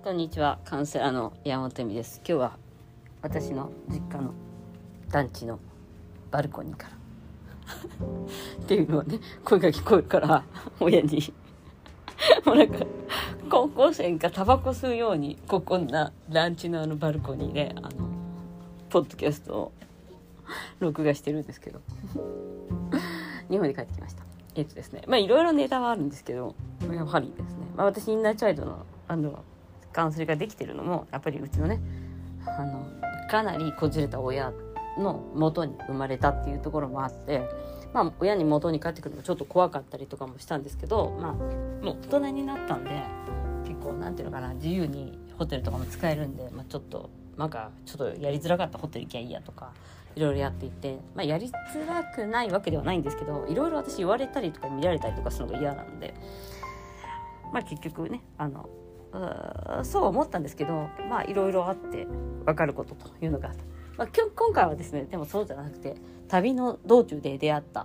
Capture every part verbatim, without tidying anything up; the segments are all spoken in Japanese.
こんにちは、カウンセラーの山本恵美です。今日は私の実家の団地のバルコニーからっていうのはね、声が聞こえるから親にもうなんか高校生がタバコ吸うようにここんな団地のあのバルコニーであのポッドキャストを録画してるんですけど日本に帰ってきました。えっとですね、まあいろいろネタはあるんですけど、やはりですね、まあ、私インナーチャイルドのあのカウンセリングができてるのもやっぱりうちのねあのかなりこじれた親の元に生まれたっていうところもあって、まあ親に元に帰ってくるのもちょっと怖かったりとかもしたんですけど、まあもう大人になったんで結構なんていうのかな、自由にホテルとかも使えるんで、まあ、ちょっとなんかちょっとやりづらかったホテル行きゃいいやとかいろいろやっていて、まあ、やりづらくないわけではないんですけど、いろいろ私言われたりとか見られたりとかするのが嫌なので、まあ結局ねあのそう思ったんですけど、まあいろいろあって分かることというのが、まあ、今日今回はですね、でもそうじゃなくて旅の道中で出会った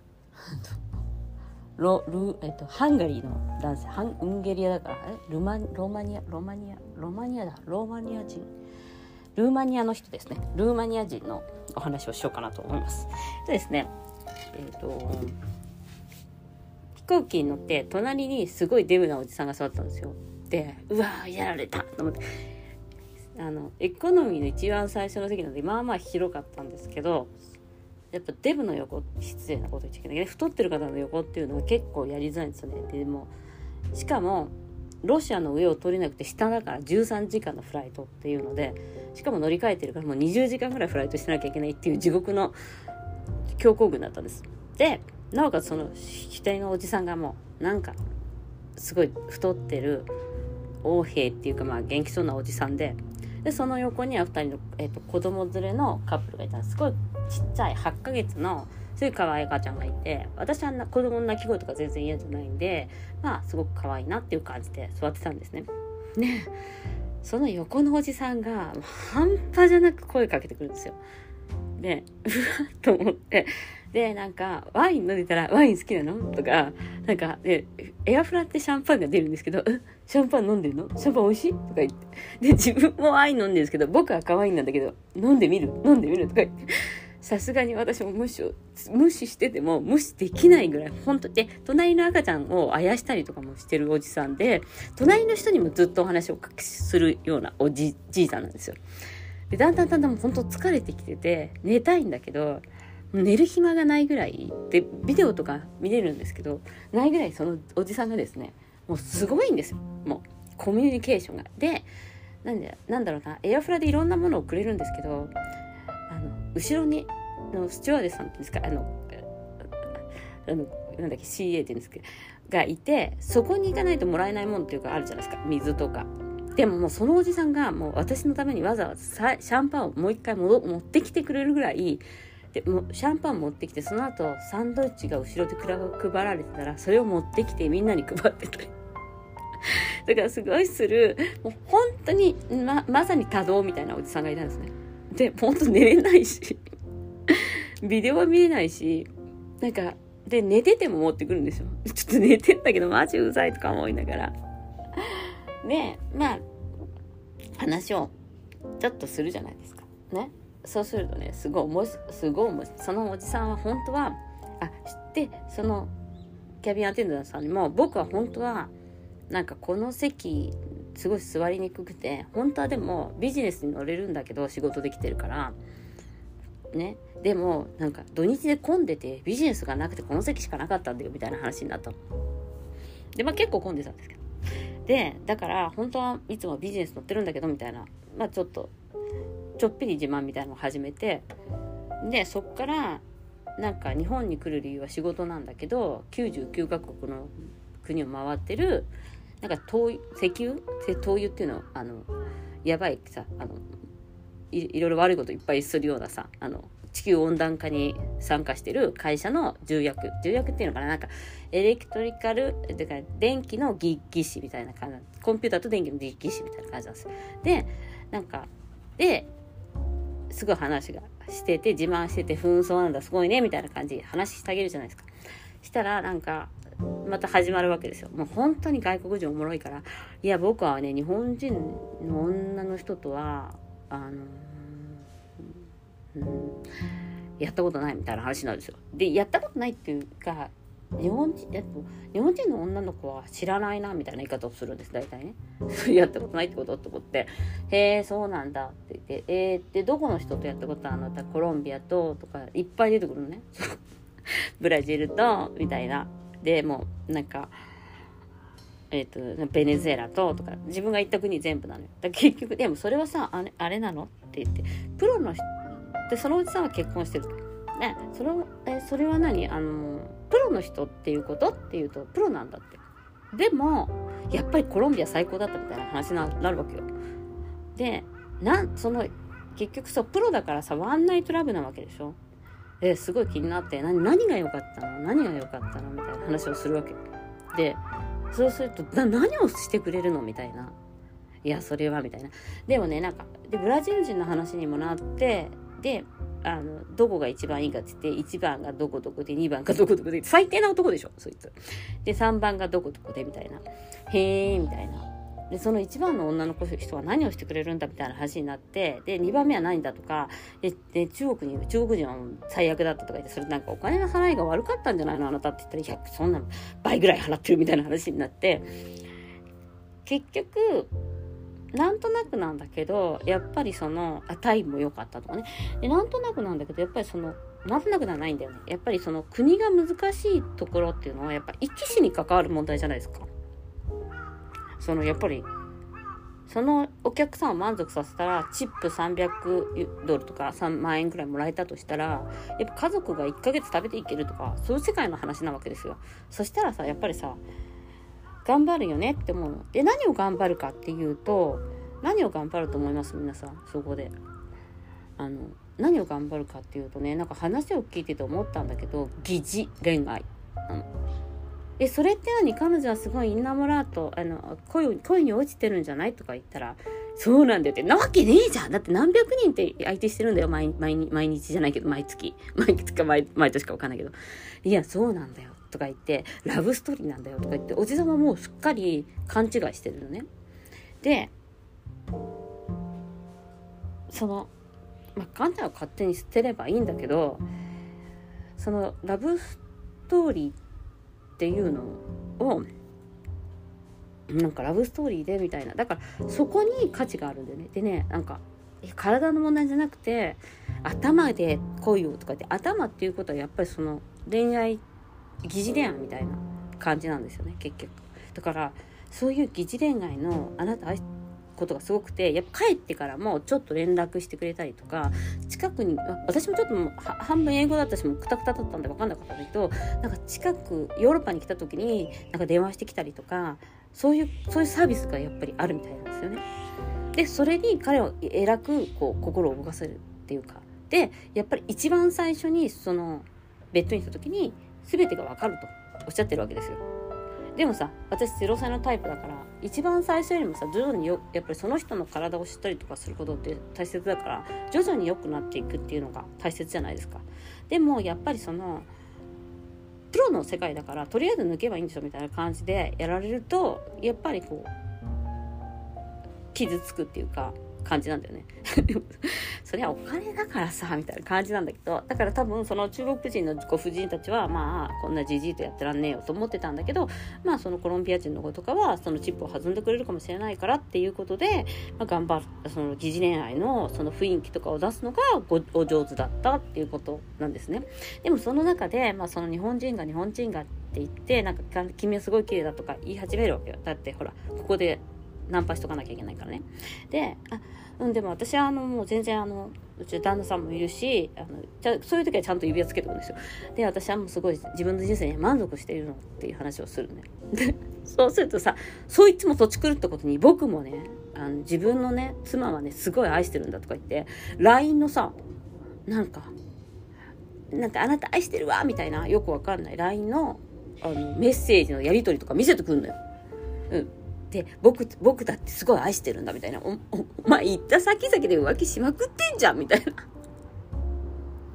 ロル、えっと、ハンガリーの男性、ハンウンゲリアだからえルマロマニアロマニアロマニアだローマニア人ルーマニアの人ですね。ルーマニア人のお話をしようかなと思います。でですね、えっと飛行機に乗って隣にすごいデブなおじさんが座ってたんですよ。で、うわーやられたと思って、あのエコノミーの一番最初の席なのでまあまあ広かったんですけど、やっぱデブの横、失礼なこと言っちゃいけないけど、太ってる方の横っていうのは結構やりづらいんですよね。でもしかもロシアの上を通れなくて下だからじゅうさんじかんのフライトっていうので、しかも乗り換えてるからもうにじゅうじかんぐらいフライトしなきゃいけないっていう地獄の強行軍だったんです。でなおかつその左のおじさんがもうなんかすごい太ってる横兵っていうか、まあ元気そうなおじさんで、でその横にはふたりの、えー、と子供連れのカップルがいたんです。すごいちっちゃいはちかげつのすごい可愛い赤ちゃんがいて、私は子供の泣き声とか全然嫌じゃないんで、まあすごく可愛いなっていう感じで座ってたんですね。ね、その横のおじさんが半端じゃなく声かけてくるんですよ。でうわっと思って、でなんかワイン飲んでたらワイン好きなのとか、なんかでエアフラってシャンパンが出るんですけど、シャンパン飲んでるの、シャンパン美味しいとか言って、で自分もワイン飲んでるんですけど、僕は可愛いんなんだけど飲んでみる飲んでみるとか言って、さすがに私も無視を無視してても無視できないぐらい本当で、隣の赤ちゃんをあやしたりとかもしてるおじさんで、隣の人にもずっとお話をするようなおじじいさんなんですよ。でだんだんだんだん本当疲れてきてて寝たいんだけど寝る暇がないぐらいで、ビデオとか見れるんですけどないぐらい、そのおじさんがですねもうすごいんですよ。もうコミュニケーションがで、なんでなんだろうな、エアフラでいろんなものをくれるんですけど、あの後ろにのスチュワーデスさんですか、あのあのなんだっけ シーエー って言うんですけどがいて、そこに行かないともらえないものっていうかあるじゃないですか、水とか。でももうそのおじさんがもう私のためにわざわざシャンパンをもう一回持ってきてくれるぐらいで、もうシャンパン持ってきて、その後サンドイッチが後ろで配られてたらそれを持ってきてみんなに配ってたりだからすごいする、もう本当に ま, まさに多動みたいなおじさんがいたんですね。で本当寝れないしビデオは見れないし、なんかで寝てても持ってくるんですよ。ちょっと寝てんだけどマジうざいとか思いながらで、まあ話をちょっとするじゃないですかね。そうするとね、すごいもすごいもそのおじさんは本当はあ知って、そのキャビンアテンダントさんにも、僕は本当はなんかこの席すごい座りにくくて、本当はでもビジネスに乗れるんだけど仕事できてるからね、でもなんか土日で混んでてビジネスがなくてこの席しかなかったんだよみたいな話になったので、まあ結構混んでたんですけど、でだから本当はいつもビジネス乗ってるんだけどみたいな、まあちょっとちょっぴり自慢みたいなのを始めて、でそっからなんか日本に来る理由は仕事なんだけど、きゅうじゅうきゅうカ国の国を回ってるなんか灯油石油灯油っていうのあのやばいさ、あの い, いろいろ悪いこといっぱいするようなさ、あの地球温暖化に参加してる会社の重役重役っていうのかな、なんかエレクトリカルだから電気の技師みたいな感じ、コンピューターと電気の技師みたいな感じなんです。でなんかですごい話がしてて自慢してて、紛争なんだすごいねみたいな感じで話してあげるじゃないですか。したらなんかまた始まるわけですよ。もう本当に外国人おもろいから、いや僕はね日本人の女の人とはあの、うん、やったことないみたいな話なんですよ。でやったことないっていうか、日本人日本人の女の子は知らないなみたいな言い方をするんです大体ね。やったことないってことと思って、へえそうなんだって言って、えー、でどこの人とやったことあるのって、コロンビアととかいっぱい出てくるのね。ブラジルとみたいな。でもうなんかえっとベネズエラととか、自分が行った国全部なのよ。だから結局でもそれはさ、あれあれなのって言って、プロの人でそのうちさんは結婚してると。ね、それえそれは何あのプロの人っていうことっていうとプロなんだって。でもやっぱりコロンビア最高だったみたいな話になるわけよ。でなんその結局さプロだからさワンナイトラブなわけでしょ。ですごい気になって、何何が良かったの何が良かったのみたいな話をするわけで、そうするとな何をしてくれるのみたいな、いやそれはみたいな。でもねなんかでブラジル人の話にもなって、であのどこが一番いいかって言って、いちばんがどこどこでにばんがどこどこで、最低な男でしょそいつで、さんばんがどこどこでみたいな、へーみたいな。でそのいちばんの女の子人は何をしてくれるんだみたいな話になって、でにばんめは何だとかで、で中国に中国人は最悪だったとか言って、それなんかお金の払いが悪かったんじゃないのあなたって言ったら、いやそんな倍ぐらい払ってるみたいな話になって、結局なんとなくなんだけど、やっぱりそのあタイも良かったとかね、でなんとなくなんだけど、やっぱりそのなんとなくではないんだよね。やっぱりその国が難しいところっていうのはやっぱ生き死に関わる問題じゃないですか。そのやっぱりそのお客さんを満足させたらチップさんびゃくドルとかさんまんえんくらいもらえたとしたら、やっぱ家族がいっかげつ食べていけるとか、そういう世界の話なわけですよ。そしたらさやっぱりさ頑張るよねって思うので、何を頑張るかっていうと、何を頑張ると思います皆さん。そこであの何を頑張るかっていうとね、なんか話を聞いてて思ったんだけど、疑似恋愛なの。えそれって何、彼女はすごいインナモラートあの 恋, 恋に落ちてるんじゃないとか言ったら、そうなんだよって、なわけねえじゃん、だって何百人って相手してるんだよ 毎, 毎, 毎日じゃないけど毎月毎月か 毎, 毎年か分かんないけど、いやそうなんだよとか言って、ラブストーリーなんだよとか言って、おじさまもうすっかり勘違いしてるのね。でそのまあ勘違いを勝手に捨てればいいんだけど、そのラブストーリーっていうのをなんかラブストーリーでみたいな、だからそこに価値があるんだよね。でね、なんか体の問題じゃなくて頭で恋をとかって、頭っていうことはやっぱりその恋愛疑似恋愛みたいな感じなんですよね結局。だからそういう疑似恋愛のあなた愛してことがすごくて、やっぱ帰ってからもちょっと連絡してくれたりとか、近くに私もちょっともう半分英語だったしもうクタクタだったんで分かんなかったんだけど、なんか近くヨーロッパに来た時になんか電話してきたりとか、そういうそういうサービスがやっぱりあるみたいなんですよね。でそれに彼をえらくこう心を動かせるっていうか、でやっぱり一番最初にそのベッドに行った時に全てが分かるとおっしゃってるわけですよ。でもさ私ゼロさいのタイプだから、一番最初よりもさ徐々によやっぱりその人の体を知ったりとかすることって大切だから、徐々に良くなっていくっていうのが大切じゃないですか。でもやっぱりそのプロの世界だからとりあえず抜けばいいんでしょみたいな感じでやられると、やっぱりこう傷つくっていうか感じなんだよねそれはお金だからさみたいな感じなんだけど、だから多分その中国人のご婦人たちはまあこんなじじいとやってらんねえよと思ってたんだけど、まあそのコロンビア人の子とかはそのチップを弾んでくれるかもしれないからっていうことで、まあ、頑張るその疑似恋愛のその雰囲気とかを出すのがごお上手だったっていうことなんですね。でもその中で、まあ、その日本人が日本人がって言ってなんか君はすごい綺麗だとか言い始めるわけよ。だってほらここでナンパしとかなきゃいけないからね。で、あ、うん、でも私はあのもう全然あのうち旦那さんもいるし、あのじゃそういう時はちゃんと指輪つけておくんですよ。で、私はもうすごい自分の人生に満足しているのっていう話をするね。で、そうするとさ、そいつも土地狂ったことに僕もね、あの自分のね妻はねすごい愛してるんだとか言って ライン のさなんかなんかあなた愛してるわみたいなよくわかんない ライン の, あのメッセージのやり取りとか見せてくんのよ。うんで 僕, 僕だってすごい愛してるんだみたいな お, お, お前言った先々で浮気しまくってんじゃんみたいな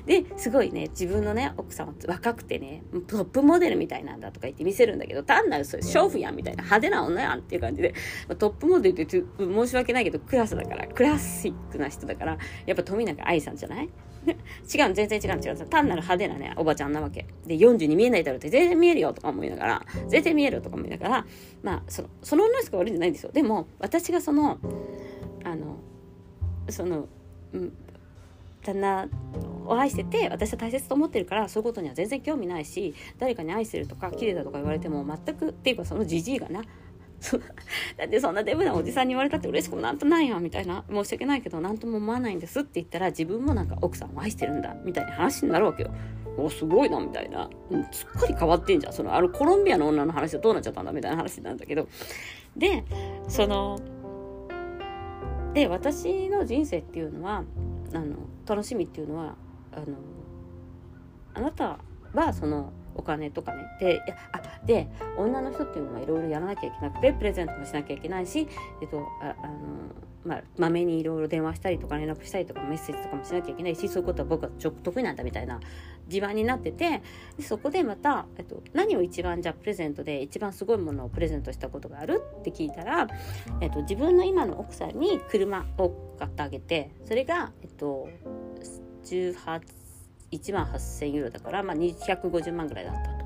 ですごいね自分のね奥さんは若くてねトップモデルみたいなんだとか言って見せるんだけど、単なるそれ娼婦やんみたいな、派手な女やんっていう感じで、まあ、トップモデルって言って申し訳ないけどクラスだからクラシックな人だから、やっぱ富永愛さんじゃない違う全然違う違う単なる派手なねおばちゃんなわけで、よんじゅうに見えないだろうって全然見えるよとか思いながら、全然見えるよとか思いながら、まあそのその女の人が悪いんじゃないんですよ。でも私がそのあのその、うん、旦那を愛してて私は大切と思ってるから、そういうことには全然興味ないし、誰かに愛してるとか綺麗だとか言われても全くっていうか、そのジジイがなだってそんなデブなおじさんに言われたって嬉しくもなんとないよみたいな、申し訳ないけどなんとも思わないんですって言ったら、自分もなんか奥さんを愛してるんだみたいな話になるわけよ。おすごいなみたいな、うん、すっかり変わってんじゃん、そのあのコロンビアの女の話はどうなっちゃったんだみたいな話なんだけど、でそので私の人生っていうのはあの楽しみっていうのはあのあなたはそのお金とかねで、あで女の人っていうのはいろいろやらなきゃいけなくて、プレゼントもしなきゃいけないし、えっとああのまあまめにいろいろ電話したりとか連絡したりとかメッセージとかもしなきゃいけないし、そういうことは僕はちょ得意なんだみたいな地盤になってて、でそこでまた、えっと、何を一番じゃあプレゼントで一番すごいものをプレゼントしたことがあるって聞いたら、えっと、自分の今の奥さんに車を買ってあげて、それがえっとじゅうはちいちまんはっせんユーロだから、まあ、にひゃくごじゅうまんぐらいだったと、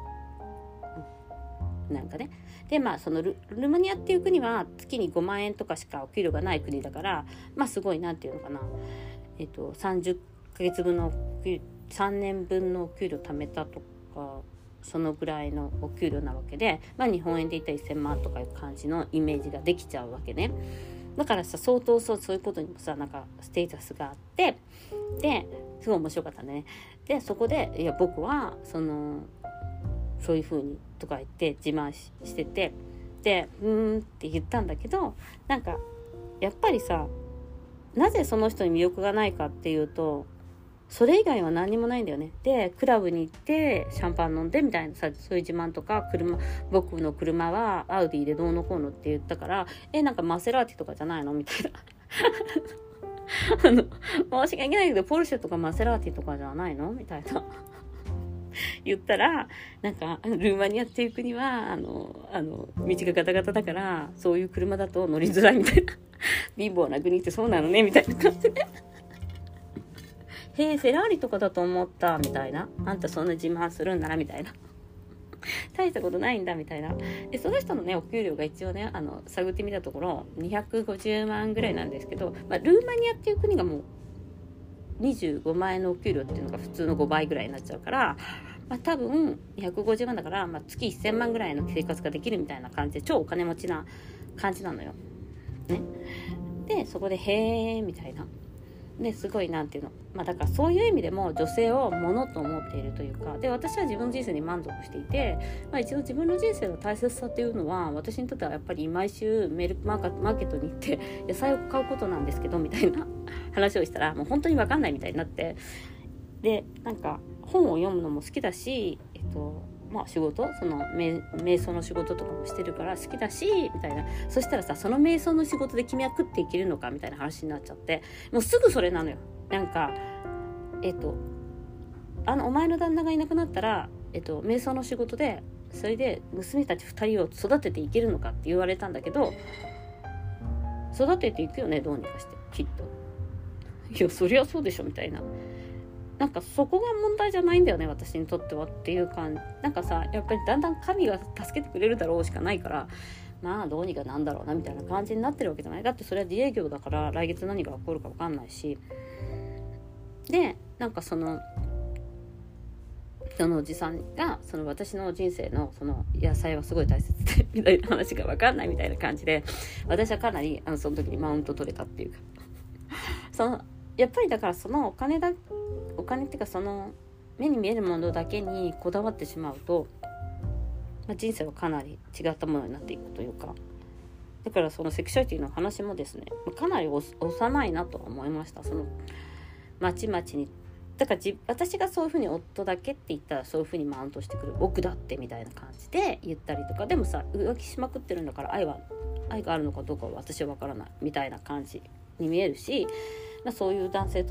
うん、なんかね。でまあその ル, ルーマニアっていう国は月にごまんえんとかしかお給料がない国だから、まあすごいなんていうのかな、えっとさんじゅっかげつぶんのさんねんぶんのお給料貯めたとか、そのぐらいのお給料なわけで、まあ日本円で言ったらせんまんとかいう感じのイメージができちゃうわけね。だからさ相当そうそういうことにもさなんかステータスがあって、ですごい面白かったね。でそこでいや僕はそのそういう風にとか言って自慢 し, しててでうーんって言ったんだけど、なんかやっぱりさなぜその人に魅力がないかっていうと、それ以外は何にもないんだよね。でクラブに行ってシャンパン飲んでみたいなさ、そういう自慢とか、車僕の車はアウディでどうのこうのって言ったから、えなんかマセラーティとかじゃないのみたいなあの申し訳ないけどポルシェとかマセラーティとかじゃないのみたいな言ったら、なんかルーマニアっていう国はあのあの道がガタガタだからそういう車だと乗りづらいみたいな貧乏な国ってそうなのねみたいな感じでへえフェラーリとかだと思ったみたいな、あんたそんな自慢するんだなみたいな大したことないんだみたいな。でその人のねお給料が一応ねあの探ってみたところにひゃくごじゅうまんぐらいなんですけど、まあ、ルーマニアっていう国がもうにじゅうごまんえんのお給料っていうのが普通のごばいぐらいになっちゃうから、まあ、多分にひゃくごじゅうまんだから、まあ、月せんまんぐらいの生活ができるみたいな感じで超お金持ちな感じなのよ、ね、でそこでへーみたいなですごいなんていうの、まあだからそういう意味でも女性をものと思っているというか、で私は自分の人生に満足していて、まあ、一度自分の人生の大切さっていうのは私にとってはやっぱり毎週メールマーケットに行って野菜を買うことなんですけどみたいな話をしたらもう本当に分かんないみたいになって、でなんか本を読むのも好きだし、えっとまあ仕事その瞑想の仕事とかもしてるから好きだしみたいな。そしたらさその瞑想の仕事で君は食っていけるのかみたいな話になっちゃって、もうすぐそれなのよ。なんかえっとあのお前の旦那がいなくなったらえっと瞑想の仕事でそれで娘たちふたりを育てていけるのかって言われたんだけど、育てていくよねどうにかしてきっと。いやそりゃそうでしょみたいな。なんかそこが問題じゃないんだよね私にとってはっていう感じ。なんかさやっぱりだんだん神が助けてくれるだろうしかないから、まあどうにかなんだろうなみたいな感じになってるわけじゃない。だってそれは自営業だから来月何が起こるか分かんないし、でなんかそのそのおじさんがその私の人生のその野菜はすごい大切でみたいな話が分かんないみたいな感じで、私はかなりあのその時にマウント取れたっていうかそのやっぱりだからそのお金だお金っていうかその目に見えるものだけにこだわってしまうと、まあ、人生はかなり違ったものになっていくというか、だからそのセクシュアリティの話もですねかなり幼いなとは思いました。そのまちまちにだからじ私がそういうふうに夫だけって言ったらそういうふうにマウントしてくる、僕だってみたいな感じで言ったりとか、でもさ浮気しまくってるんだから愛は愛があるのかどうかは私は分からないみたいな感じに見えるし、まあ、そういう男性と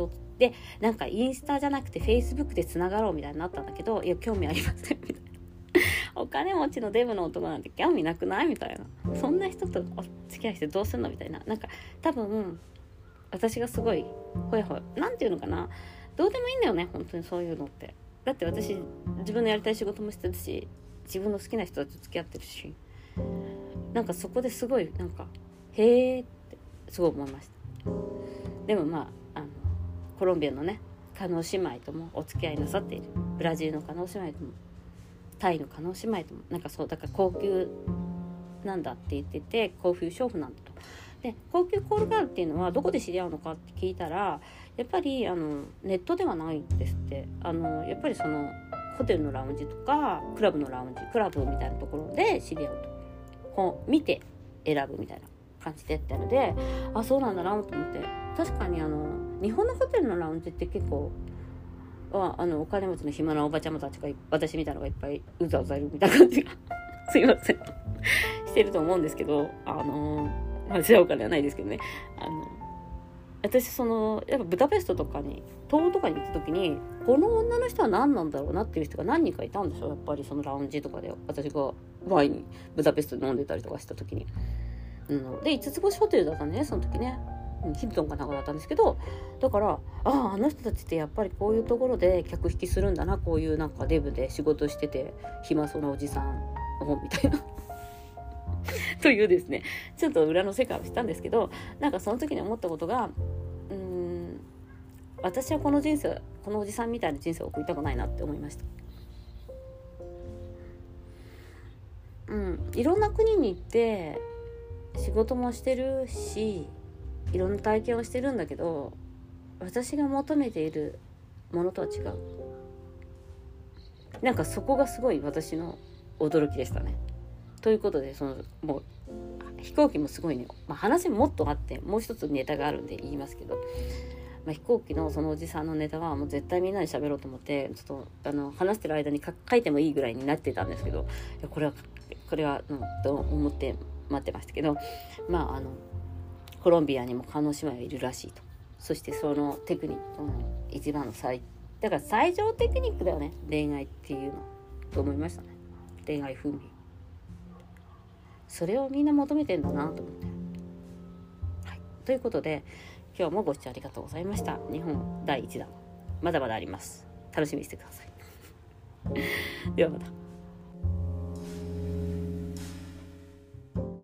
でなんかインスタじゃなくてフェイスブックでつながろうみたいになったんだけど、いや興味ありませんみたいなお金持ちのデブの男なんて興味なくないみたいな、そんな人とお付き合いしてどうすんのみたいな、なんか多分私がすごいほやほやなんていうのかな、どうでもいいんだよね本当にそういうのって。だって私自分のやりたい仕事もしてるし、自分の好きな人たちと付き合ってるし、なんかそこですごいなんかへーってすごい思いました。でもまあ、あのコロンビアのね加納姉妹ともお付き合いなさっている、ブラジルの加納姉妹ともタイの加納姉妹ともなんかそうだから高級なんだって言ってて、高級娼婦なんだと。で高級コールガールっていうのはどこで知り合うのかって聞いたら、やっぱりあのネットではないんですって。あのやっぱりそのホテルのラウンジとかクラブのラウンジクラブみたいなところで知り合うと、こう見て選ぶみたいな感じでってので、あそうなんだなと思って。確かにあの日本のホテルのラウンジって結構ああのお金持ちの暇なおばちゃまたちが私みたいなのがいっぱいうざうざいるみたいな感じがすいませんしてると思うんですけど、あの私はお金はないですけどね、あの私そのやっぱブダペストとかに東欧とかに行った時に、この女の人は何なんだろうなっていう人が何人かいたんでしょ。やっぱりそのラウンジとかで私がワインブダペストで飲んでたりとかした時に、うん、でいつつ星ホテルだったんでねその時ね、ヒルトンかなんかだったんですけど、だからあああの人たちってやっぱりこういうところで客引きするんだな、こういうなんかデブで仕事してて暇そうなおじさんみたいなというですね、ちょっと裏の世界を知ったんですけど、なんかその時に思ったことが、うーん私はこの人生このおじさんみたいな人生を送りたくないなって思いました。うん、いろんな国に行って仕事もしてるしいろんな体験をしてるんだけど、私が求めているものとは違う。なんかそこがすごい私の驚きでしたね。ということでそのもう飛行機もすごいね、まあ、話ももっとあってもう一つネタがあるんで言いますけど、まあ、飛行機のそのおじさんのネタはもう絶対みんなで喋ろうと思ってちょっとあの話してる間に書いてもいいぐらいになってたんですけど、いやこれはこれは、うん、と思って待ってましたけど、まああのコロンビアにも加納姉妹がいるらしいと。そしてそのテクニックの一番の最だから最上テクニックだよね、恋愛っていうのと思いましたね。恋愛風味、それをみんな求めてんだなと思って、はい、ということで今日もご視聴ありがとうございました。日本だいいちだんまだまだあります。楽しみにしてくださいではまた。